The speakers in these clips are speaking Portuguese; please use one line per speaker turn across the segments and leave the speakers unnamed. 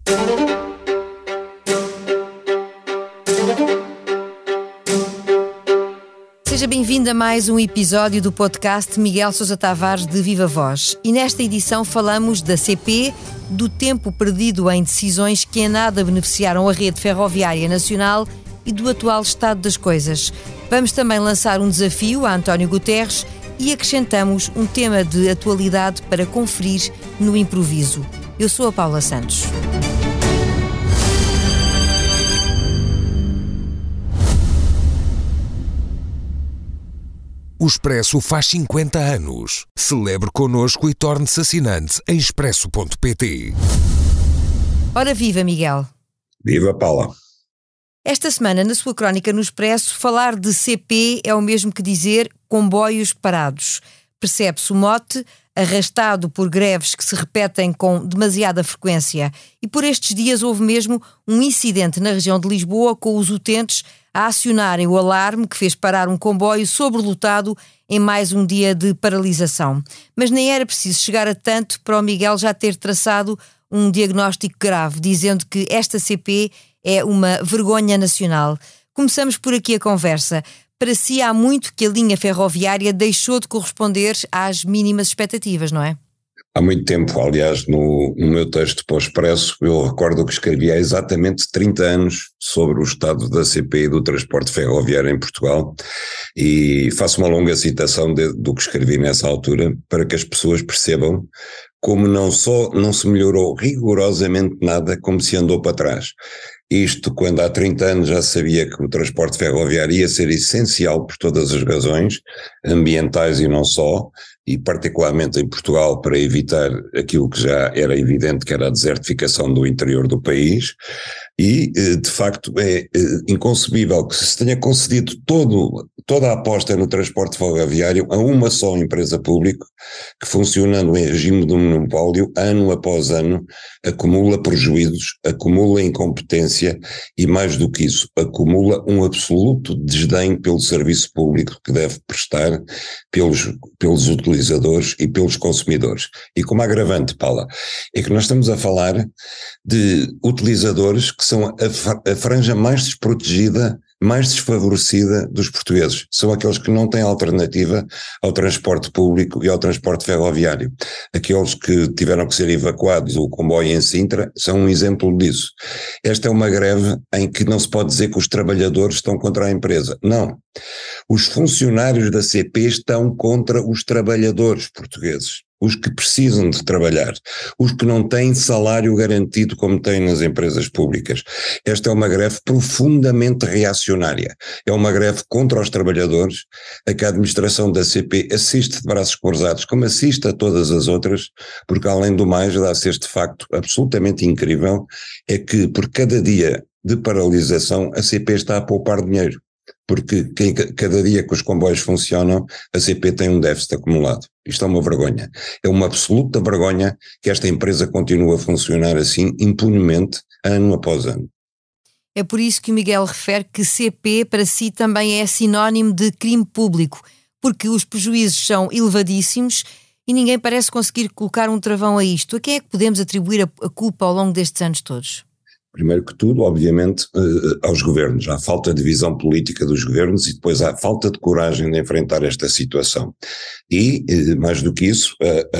Seja bem-vindo a mais um episódio do podcast Miguel Sousa Tavares de Viva Voz. E nesta edição falamos da CP, do tempo perdido em decisões que em nada beneficiaram a rede ferroviária nacional e do atual estado das coisas. Vamos também lançar um desafio a António Guterres e acrescentamos um tema de atualidade para conferir no improviso. Eu sou a Paula Santos.
O Expresso faz 50 anos. Celebre connosco e torne-se assinante em expresso.pt.
Ora viva, Miguel.
Viva, Paula.
Esta semana, na sua crónica no Expresso, falar de CP é o mesmo que dizer comboios parados. Percebe-se o mote, arrastado por greves que se repetem com demasiada frequência. E por estes dias houve mesmo um incidente na região de Lisboa com os utentes a acionarem o alarme que fez parar um comboio sobrelotado em mais um dia de paralisação. Mas nem era preciso chegar a tanto para o Miguel já ter traçado um diagnóstico grave, dizendo que esta CP é uma vergonha nacional. Começamos por aqui a conversa. Para si há muito que a linha ferroviária deixou de corresponder às mínimas expectativas, não é?
Há muito tempo, aliás, no meu texto para o Expresso, eu recordo que escrevi há exatamente 30 anos sobre o estado da CP e do transporte ferroviário em Portugal, e faço uma longa citação do que escrevi nessa altura para que as pessoas percebam como não só não se melhorou rigorosamente nada, como se andou para trás. Isto quando há 30 anos já sabia que o transporte ferroviário ia ser essencial por todas as razões, ambientais e não só, e particularmente em Portugal para evitar aquilo que já era evidente que era a desertificação do interior do país, e de facto é inconcebível que se tenha concedido toda a aposta no transporte ferroviário a uma só empresa pública que, funcionando em regime de monopólio, ano após ano, acumula prejuízos, acumula incompetência e, mais do que isso, acumula um absoluto desdém pelo serviço público que deve prestar pelos utilizadores e pelos consumidores. E como agravante, Paula, é que nós estamos a falar de utilizadores que são a franja mais desprotegida, mais desfavorecida dos portugueses. São aqueles que não têm alternativa ao transporte público e ao transporte ferroviário. Aqueles que tiveram que ser evacuados, o comboio em Sintra, são um exemplo disso. Esta é uma greve em que não se pode dizer que os trabalhadores estão contra a empresa. Não. Os funcionários da CP estão contra os trabalhadores portugueses. Os que precisam de trabalhar, os que não têm salário garantido como têm nas empresas públicas. Esta é uma greve profundamente reacionária, é uma greve contra os trabalhadores, a que a administração da CP assiste de braços cruzados, como assiste a todas as outras, porque além do mais dá-se este facto absolutamente incrível, é que por cada dia de paralisação a CP está a poupar dinheiro. Porque cada dia que os comboios funcionam, a CP tem um déficit acumulado. Isto é uma vergonha. É uma absoluta vergonha que esta empresa continue a funcionar assim, impunemente, ano após ano.
É por isso que o Miguel refere que CP para si também é sinónimo de crime público, porque os prejuízos são elevadíssimos e ninguém parece conseguir colocar um travão a isto. A quem é que podemos atribuir a culpa ao longo destes anos todos?
Primeiro que tudo, obviamente, aos governos. Há falta de visão política dos governos e depois há falta de coragem de enfrentar esta situação. E, mais do que isso,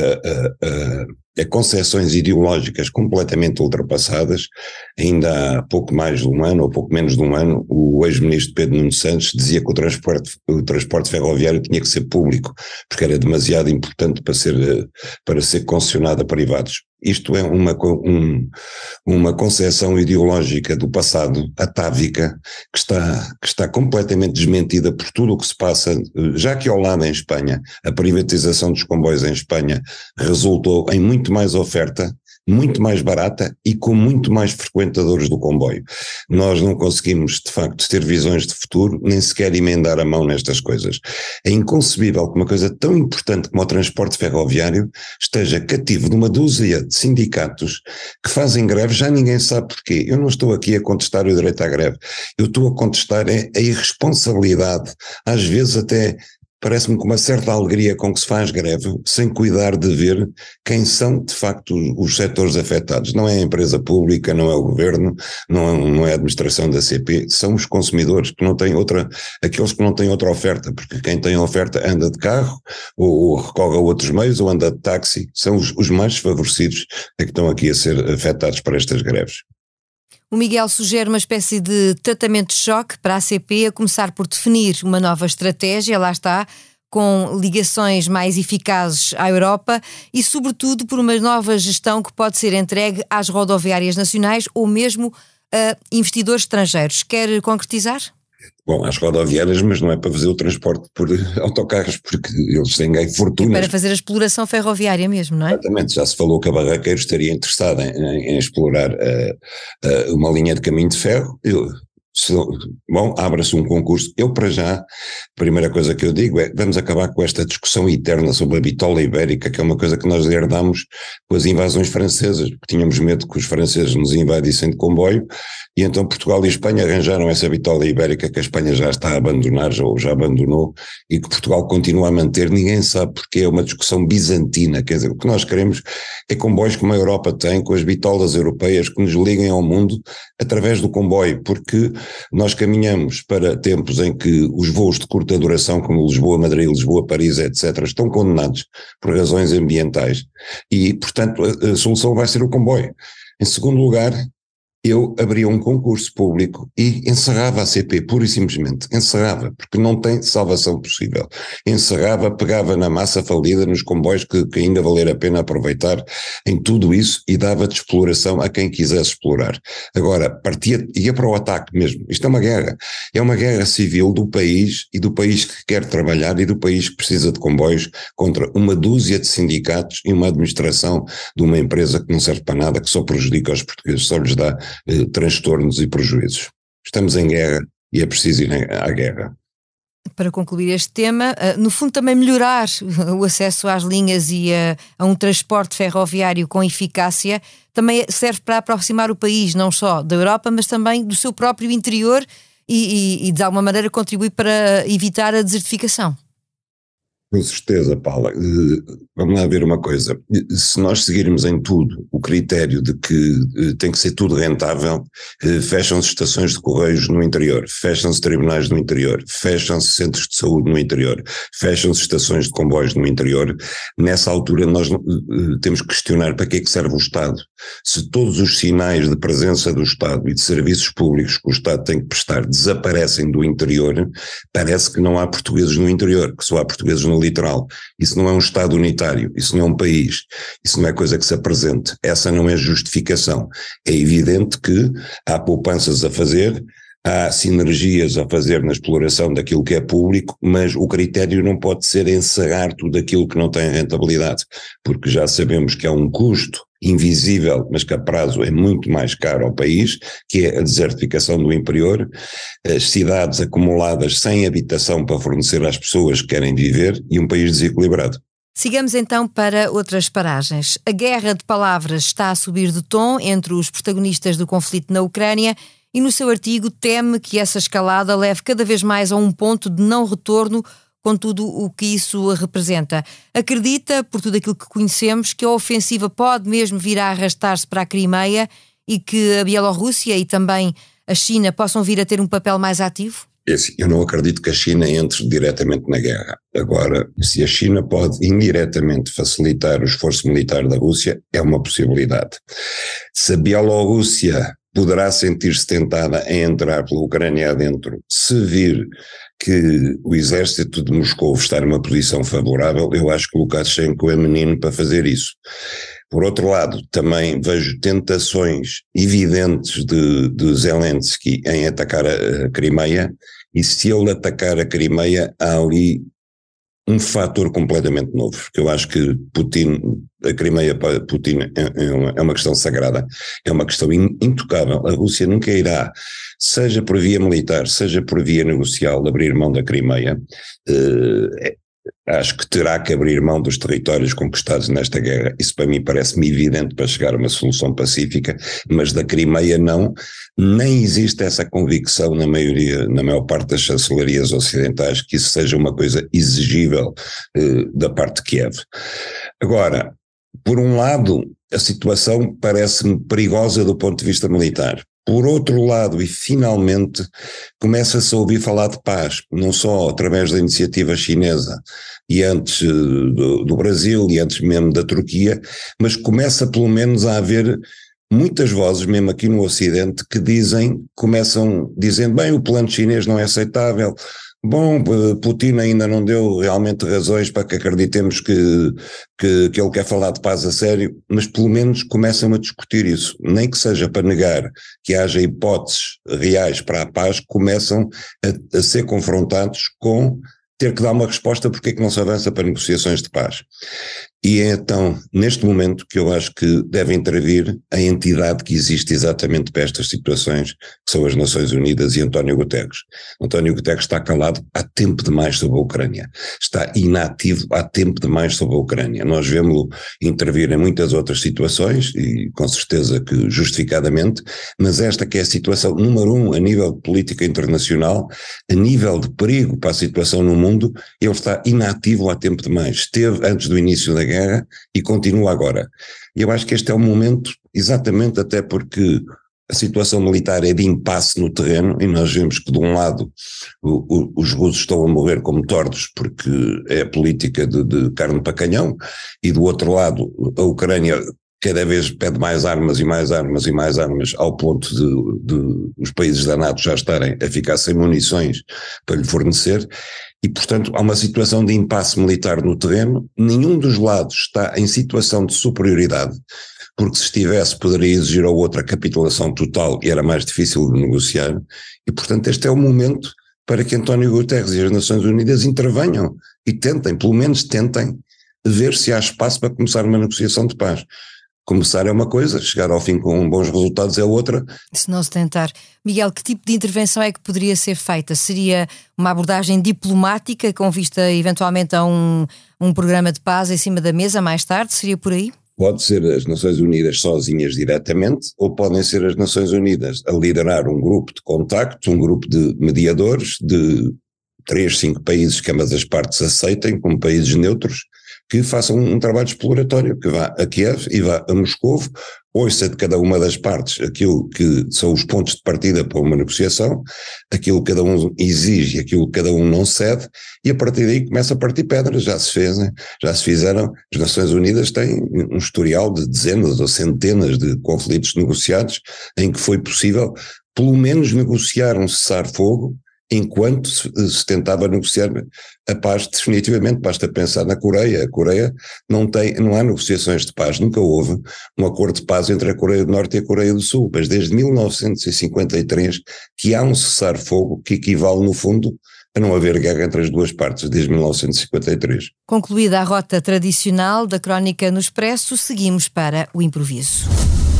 a concepções ideológicas completamente ultrapassadas. Ainda há pouco mais de um ano, ou pouco menos de um ano, o ex-ministro Pedro Nuno Santos dizia que o transporte ferroviário tinha que ser público, porque era demasiado importante para ser concessionado a privados. Isto é uma concepção ideológica do passado, atávica, que está completamente desmentida por tudo o que se passa, já que ao lado em Espanha, a privatização dos comboios em Espanha resultou em muito mais oferta, muito mais barata e com muito mais frequentadores do comboio. Nós não conseguimos, de facto, ter visões de futuro, nem sequer emendar a mão nestas coisas. É inconcebível que uma coisa tão importante como o transporte ferroviário esteja cativo de uma dúzia de sindicatos que fazem greve, já ninguém sabe porquê. Eu não estou aqui a contestar o direito à greve, eu estou a contestar a irresponsabilidade, às vezes até parece-me com uma certa alegria com que se faz greve, sem cuidar de ver quem são de facto os setores afetados. Não é a empresa pública, não é o governo, não é a administração da CP, são os consumidores que não têm aqueles que não têm outra oferta, porque quem tem oferta anda de carro, ou recorre a outros meios, ou anda de táxi, são os mais desfavorecidos que estão aqui a ser afetados por estas greves.
O Miguel sugere uma espécie de tratamento de choque para a ACP, a começar por definir uma nova estratégia, lá está, com ligações mais eficazes à Europa e, sobretudo, por uma nova gestão que pode ser entregue às rodoviárias nacionais ou mesmo a investidores estrangeiros. Quer concretizar?
Bom, às rodoviárias, mas não é para fazer o transporte por autocarros, porque eles têm ganho fortunas.
É para fazer a exploração ferroviária mesmo, não é?
Exatamente, já se falou que a Barraqueiros estaria interessada em explorar uma linha de caminho de ferro. Bom, abra-se um concurso. Eu, para já, a primeira coisa que eu digo é: vamos acabar com esta discussão eterna sobre a bitola ibérica, que é uma coisa que nós herdamos com as invasões francesas, porque tínhamos medo que os franceses nos invadissem de comboio, e então Portugal e Espanha arranjaram essa bitola ibérica que a Espanha já está a abandonar, ou já abandonou, e que Portugal continua a manter. Ninguém sabe porque, é uma discussão bizantina. Quer dizer, o que nós queremos é comboios como a Europa tem, com as bitolas europeias que nos liguem ao mundo através do comboio, porque nós caminhamos para tempos em que os voos de curta duração, como Lisboa-Madrid, Lisboa-Paris, etc., estão condenados por razões ambientais e, portanto, a solução vai ser o comboio. Em segundo lugar, eu abria um concurso público e encerrava a CP, pura e simplesmente, encerrava, porque não tem salvação possível. Encerrava, pegava na massa falida, nos comboios que ainda valer a pena aproveitar, em tudo isso, e dava de exploração a quem quisesse explorar. Agora, ia para o ataque mesmo. Isto é uma guerra civil do país, e do país que quer trabalhar, e do país que precisa de comboios, contra uma dúzia de sindicatos e uma administração de uma empresa que não serve para nada, que só prejudica os portugueses, só lhes dá transtornos e prejuízos. Estamos em guerra e é preciso ir à guerra.
Para concluir este tema, no fundo também melhorar o acesso às linhas e a um transporte ferroviário com eficácia também serve para aproximar o país não só da Europa, mas também do seu próprio interior e de alguma maneira contribuir para evitar a desertificação.
Com certeza, Paula. Vamos lá ver uma coisa. Se nós seguirmos em tudo o critério de que tem que ser tudo rentável, fecham-se estações de correios no interior, fecham-se tribunais no interior, fecham-se centros de saúde no interior, fecham-se estações de comboios no interior. Nessa altura nós temos que questionar para que é que serve o Estado. Se todos os sinais de presença do Estado e de serviços públicos que o Estado tem que prestar desaparecem do interior, parece que não há portugueses no interior, que só há portugueses no litoral. Isso não é um Estado unitário, isso não é um país, isso não é coisa que se apresente, essa não é justificação. É evidente que há poupanças a fazer, há sinergias a fazer na exploração daquilo que é público, mas o critério não pode ser encerrar tudo aquilo que não tem rentabilidade, porque já sabemos que há um custo invisível, mas que a prazo é muito mais caro ao país, que é a desertificação do interior, as cidades acumuladas sem habitação para fornecer às pessoas que querem viver e um país desequilibrado.
Sigamos então para outras paragens. A guerra de palavras está a subir de tom entre os protagonistas do conflito na Ucrânia e no seu artigo teme que essa escalada leve cada vez mais a um ponto de não retorno com tudo o que isso representa. Acredita, por tudo aquilo que conhecemos, que a ofensiva pode mesmo vir a arrastar-se para a Crimeia e que a Bielorrússia e também a China possam vir a ter um papel mais ativo?
Eu não acredito que a China entre diretamente na guerra. Agora, se a China pode indiretamente facilitar o esforço militar da Rússia, é uma possibilidade. Se a Bielorrússia poderá sentir-se tentada em entrar pela Ucrânia adentro, se vir que o exército de Moscou está numa posição favorável, eu acho que o Lukashenko é menino para fazer isso. Por outro lado, também vejo tentações evidentes de Zelensky em atacar a Crimeia, e se ele atacar a Crimeia, há ali um fator completamente novo, porque eu acho que a Crimeia para Putin é uma questão sagrada, é uma questão intocável. A Rússia nunca irá, seja por via militar, seja por via negocial, abrir mão da Crimeia. acho que terá que abrir mão dos territórios conquistados nesta guerra. Isso para mim parece-me evidente para chegar a uma solução pacífica, mas da Crimeia não, nem existe essa convicção na maior parte das chancelarias ocidentais que isso seja uma coisa exigível da parte de Kiev. Agora, por um lado, a situação parece-me perigosa do ponto de vista militar. Por outro lado, e finalmente, começa-se a ouvir falar de paz, não só através da iniciativa chinesa e antes do Brasil e antes mesmo da Turquia, mas começa pelo menos a haver muitas vozes, mesmo aqui no Ocidente, que começam dizendo, bem, o plano chinês não é aceitável. Bom, Putin ainda não deu realmente razões para que acreditemos que ele quer falar de paz a sério, mas pelo menos começam a discutir isso, nem que seja para negar que haja hipóteses reais para a paz, começam a ser confrontados com ter que dar uma resposta porque é que não se avança para negociações de paz. E é então, neste momento, que eu acho que deve intervir a entidade que existe exatamente para estas situações, que são as Nações Unidas e António Guterres. António Guterres está calado há tempo demais sobre a Ucrânia, está inativo há tempo demais sobre a Ucrânia. Nós vemos-lo intervir em muitas outras situações, e com certeza que justificadamente, mas esta que é a situação número 1 a nível de política internacional, a nível de perigo para a situação no mundo, ele está inativo há tempo demais. Esteve antes do início da guerra e continua agora. E eu acho que este é o momento, exatamente até porque a situação militar é de impasse no terreno e nós vemos que de um lado os russos estão a morrer como tordos porque é a política de carne para canhão, e do outro lado a Ucrânia cada vez pede mais armas e mais armas e mais armas, ao ponto de os países da NATO já estarem a ficar sem munições para lhe fornecer. E, portanto, há uma situação de impasse militar no terreno. Nenhum dos lados está em situação de superioridade, porque se estivesse poderia exigir ao outro a capitulação total e era mais difícil de negociar. E, portanto, este é o momento para que António Guterres e as Nações Unidas intervenham e tentem, pelo menos tentem, ver se há espaço para começar uma negociação de paz. Começar é uma coisa, chegar ao fim com bons resultados é outra.
Se não se tentar. Miguel, que tipo de intervenção é que poderia ser feita? Seria uma abordagem diplomática com vista eventualmente a um programa de paz em cima da mesa mais tarde? Seria por aí?
Pode ser as Nações Unidas sozinhas diretamente, ou podem ser as Nações Unidas a liderar um grupo de contacto, um grupo de mediadores de 3, 5 países que ambas as partes aceitem como países neutros, que façam um trabalho exploratório, que vá a Kiev e vá a Moscovo, ouça de cada uma das partes aquilo que são os pontos de partida para uma negociação, aquilo que cada um exige e aquilo que cada um não cede, e a partir daí começa a partir pedras. Já se fizeram, as Nações Unidas têm um historial de dezenas ou centenas de conflitos negociados em que foi possível pelo menos negociar um cessar-fogo enquanto se tentava negociar a paz definitivamente. Basta pensar na Coreia. A Coreia não há negociações de paz, nunca houve um acordo de paz entre a Coreia do Norte e a Coreia do Sul, mas desde 1953 que há um cessar-fogo que equivale no fundo a não haver guerra entre as duas partes, desde 1953.
Concluída a rota tradicional da Crónica no Expresso, seguimos para o improviso.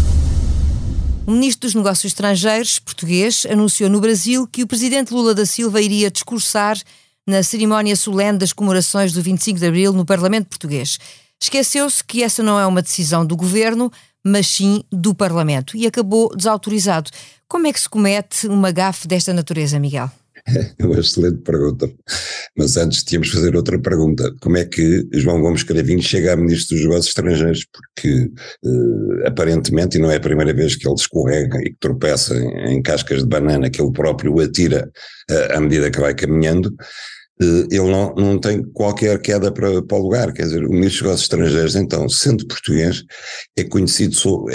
O ministro dos Negócios Estrangeiros português anunciou no Brasil que o presidente Lula da Silva iria discursar na cerimónia solene das comemorações do 25 de Abril no Parlamento português. Esqueceu-se que essa não é uma decisão do governo, mas sim do Parlamento, e acabou desautorizado. Como é que se comete uma gafe desta natureza, Miguel?
É uma excelente pergunta, mas antes tínhamos de fazer outra pergunta. Como é que João Gomes Cravinho chega a Ministro dos Negócios Estrangeiros? Porque aparentemente, e não é a primeira vez que ele escorrega e que tropeça em cascas de banana que ele próprio atira à medida que vai caminhando, ele não tem qualquer queda para o lugar. Quer dizer, o Ministro dos Negócios Estrangeiros, então, sendo português, é conhecido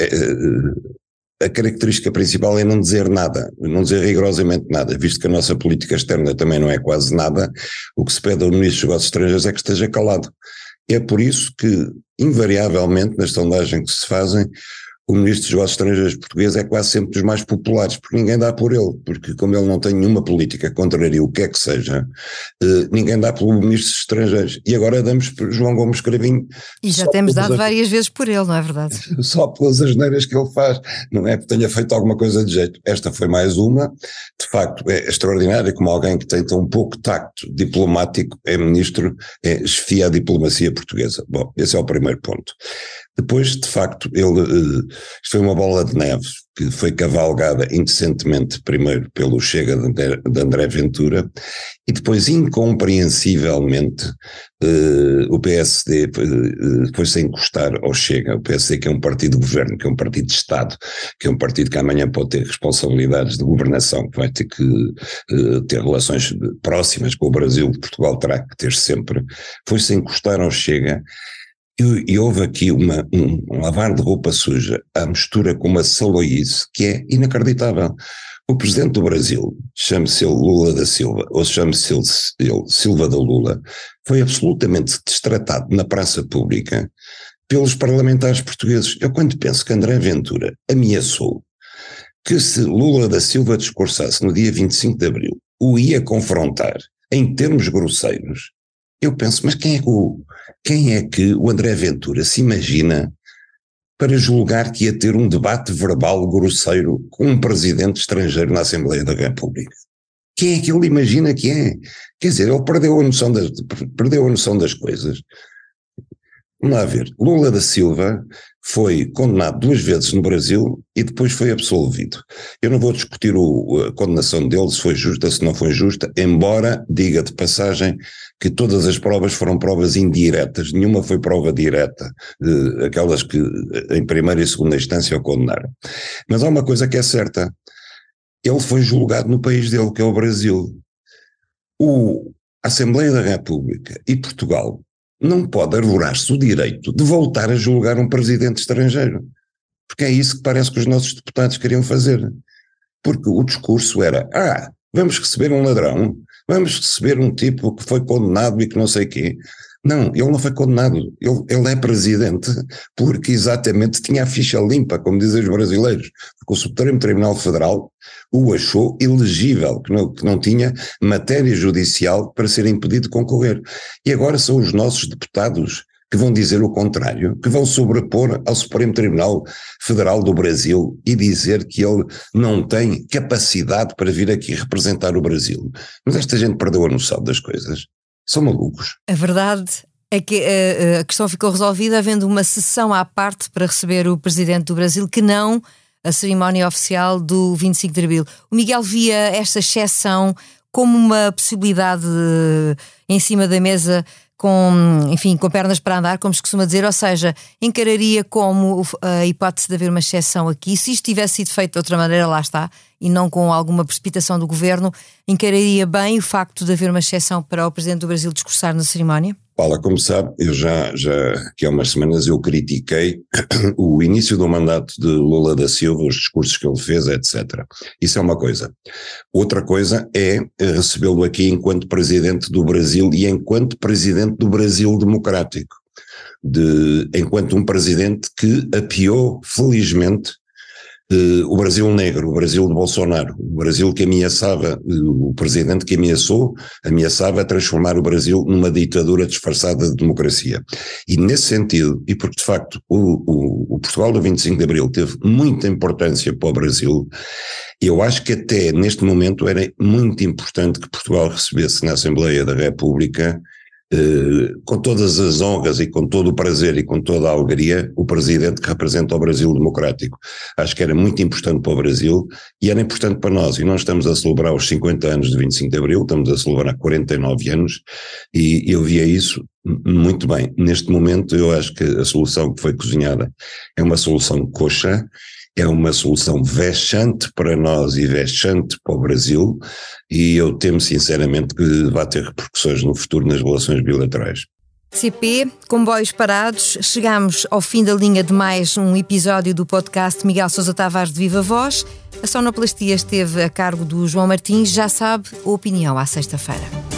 a característica principal é não dizer nada, não dizer rigorosamente nada, visto que a nossa política externa também não é quase nada. O que se pede ao Ministro dos Negócios Estrangeiros é que esteja calado. É por isso que, invariavelmente, nas sondagens que se fazem, o Ministro dos Negócios Estrangeiros português é quase sempre dos mais populares, porque ninguém dá por ele, porque como ele não tem nenhuma política que contraria o que é que seja, ninguém dá pelo Ministro dos Estrangeiros. E agora damos por João Gomes Cravinho.
E já temos dado várias vezes por ele, não é verdade?
Só pelas asneiras que ele faz, não é porque tenha feito alguma coisa de jeito. Esta foi mais uma, de facto é extraordinária, como alguém que tem tão pouco tacto diplomático, é ministro, chefia a diplomacia portuguesa. Bom, esse é o primeiro ponto. Depois, de facto, isto foi uma bola de neve que foi cavalgada indecentemente primeiro pelo Chega de André Ventura e depois, incompreensivelmente, o PSD foi-se encostar ao Chega. O PSD, que é um partido de governo, que é um partido de Estado, que é um partido que amanhã pode ter responsabilidades de governação, que vai ter que ter relações próximas com o Brasil, que Portugal terá que ter sempre, foi-se encostar ao Chega. E houve aqui um lavar de roupa suja à mistura com uma saloice que é inacreditável. O presidente do Brasil, chame-se ele Lula da Silva, ou chame-se ele Silva da Lula, foi absolutamente destratado na praça pública pelos parlamentares portugueses. Eu quando penso que André Ventura ameaçou que se Lula da Silva discursasse no dia 25 de Abril, o ia confrontar em termos grosseiros, eu penso, mas quem é que o André Ventura se imagina para julgar que ia ter um debate verbal grosseiro com um presidente estrangeiro na Assembleia da República? Quem é que ele imagina que é? Quer dizer, ele perdeu a noção das coisas. Vamos lá ver, Lula da Silva foi condenado 2 vezes no Brasil e depois foi absolvido. Eu não vou discutir a condenação dele, se foi justa, se não foi justa, embora diga de passagem que todas as provas foram provas indiretas, nenhuma foi prova direta, aquelas que em primeira e segunda instância o condenaram. Mas há uma coisa que é certa, ele foi julgado no país dele, que é o Brasil. A Assembleia da República e Portugal não pode arvorar-se o direito de voltar a julgar um presidente estrangeiro, porque é isso que parece que os nossos deputados queriam fazer, porque o discurso era, vamos receber um ladrão, vamos receber um tipo que foi condenado e que não sei quê. Não, ele não foi condenado, ele é presidente porque exatamente tinha a ficha limpa, como dizem os brasileiros, porque o Supremo Tribunal Federal o achou elegível, que não tinha matéria judicial para ser impedido de concorrer. E agora são os nossos deputados que vão dizer o contrário, que vão sobrepor ao Supremo Tribunal Federal do Brasil e dizer que ele não tem capacidade para vir aqui representar o Brasil. Mas esta gente perdeu a noção das coisas. São malucos.
A verdade é que a questão ficou resolvida havendo uma sessão à parte para receber o presidente do Brasil, que não a cerimónia oficial do 25 de Abril. O Miguel via esta exceção como uma possibilidade em cima da mesa, com pernas para andar, como se costuma dizer, ou seja, encararia como a hipótese de haver uma exceção aqui. Se isto tivesse sido feito de outra maneira, lá está, e não com alguma precipitação do governo, encararia bem o facto de haver uma exceção para o presidente do Brasil discursar na cerimónia?
Paula, como sabe, eu já que há umas semanas eu critiquei o início do mandato de Lula da Silva, os discursos que ele fez, etc. Isso é uma coisa. Outra coisa é recebê-lo aqui enquanto presidente do Brasil e enquanto presidente do Brasil democrático, enquanto um presidente que apiou, felizmente, o Brasil negro, o Brasil de Bolsonaro, o Brasil que ameaçava, o presidente que ameaçava transformar o Brasil numa ditadura disfarçada de democracia. E nesse sentido, e porque de facto o Portugal do 25 de Abril teve muita importância para o Brasil, eu acho que até neste momento era muito importante que Portugal recebesse na Assembleia da República, com todas as honras e com todo o prazer e com toda a alegria, o presidente que representa o Brasil democrático. Acho que era muito importante para o Brasil e era importante para nós, e nós estamos a celebrar os 50 anos de 25 de Abril, estamos a celebrar 49 anos, e eu via isso muito bem. Neste momento eu acho que a solução que foi cozinhada é uma solução coxa, é uma solução vexante para nós e vexante para o Brasil, e eu temo sinceramente que vai ter repercussões no futuro nas relações bilaterais.
CP, comboios parados, chegamos ao fim da linha de mais um episódio do podcast Miguel Sousa Tavares de Viva Voz. A sonoplastia esteve a cargo do João Martins, já sabe, a opinião à sexta-feira.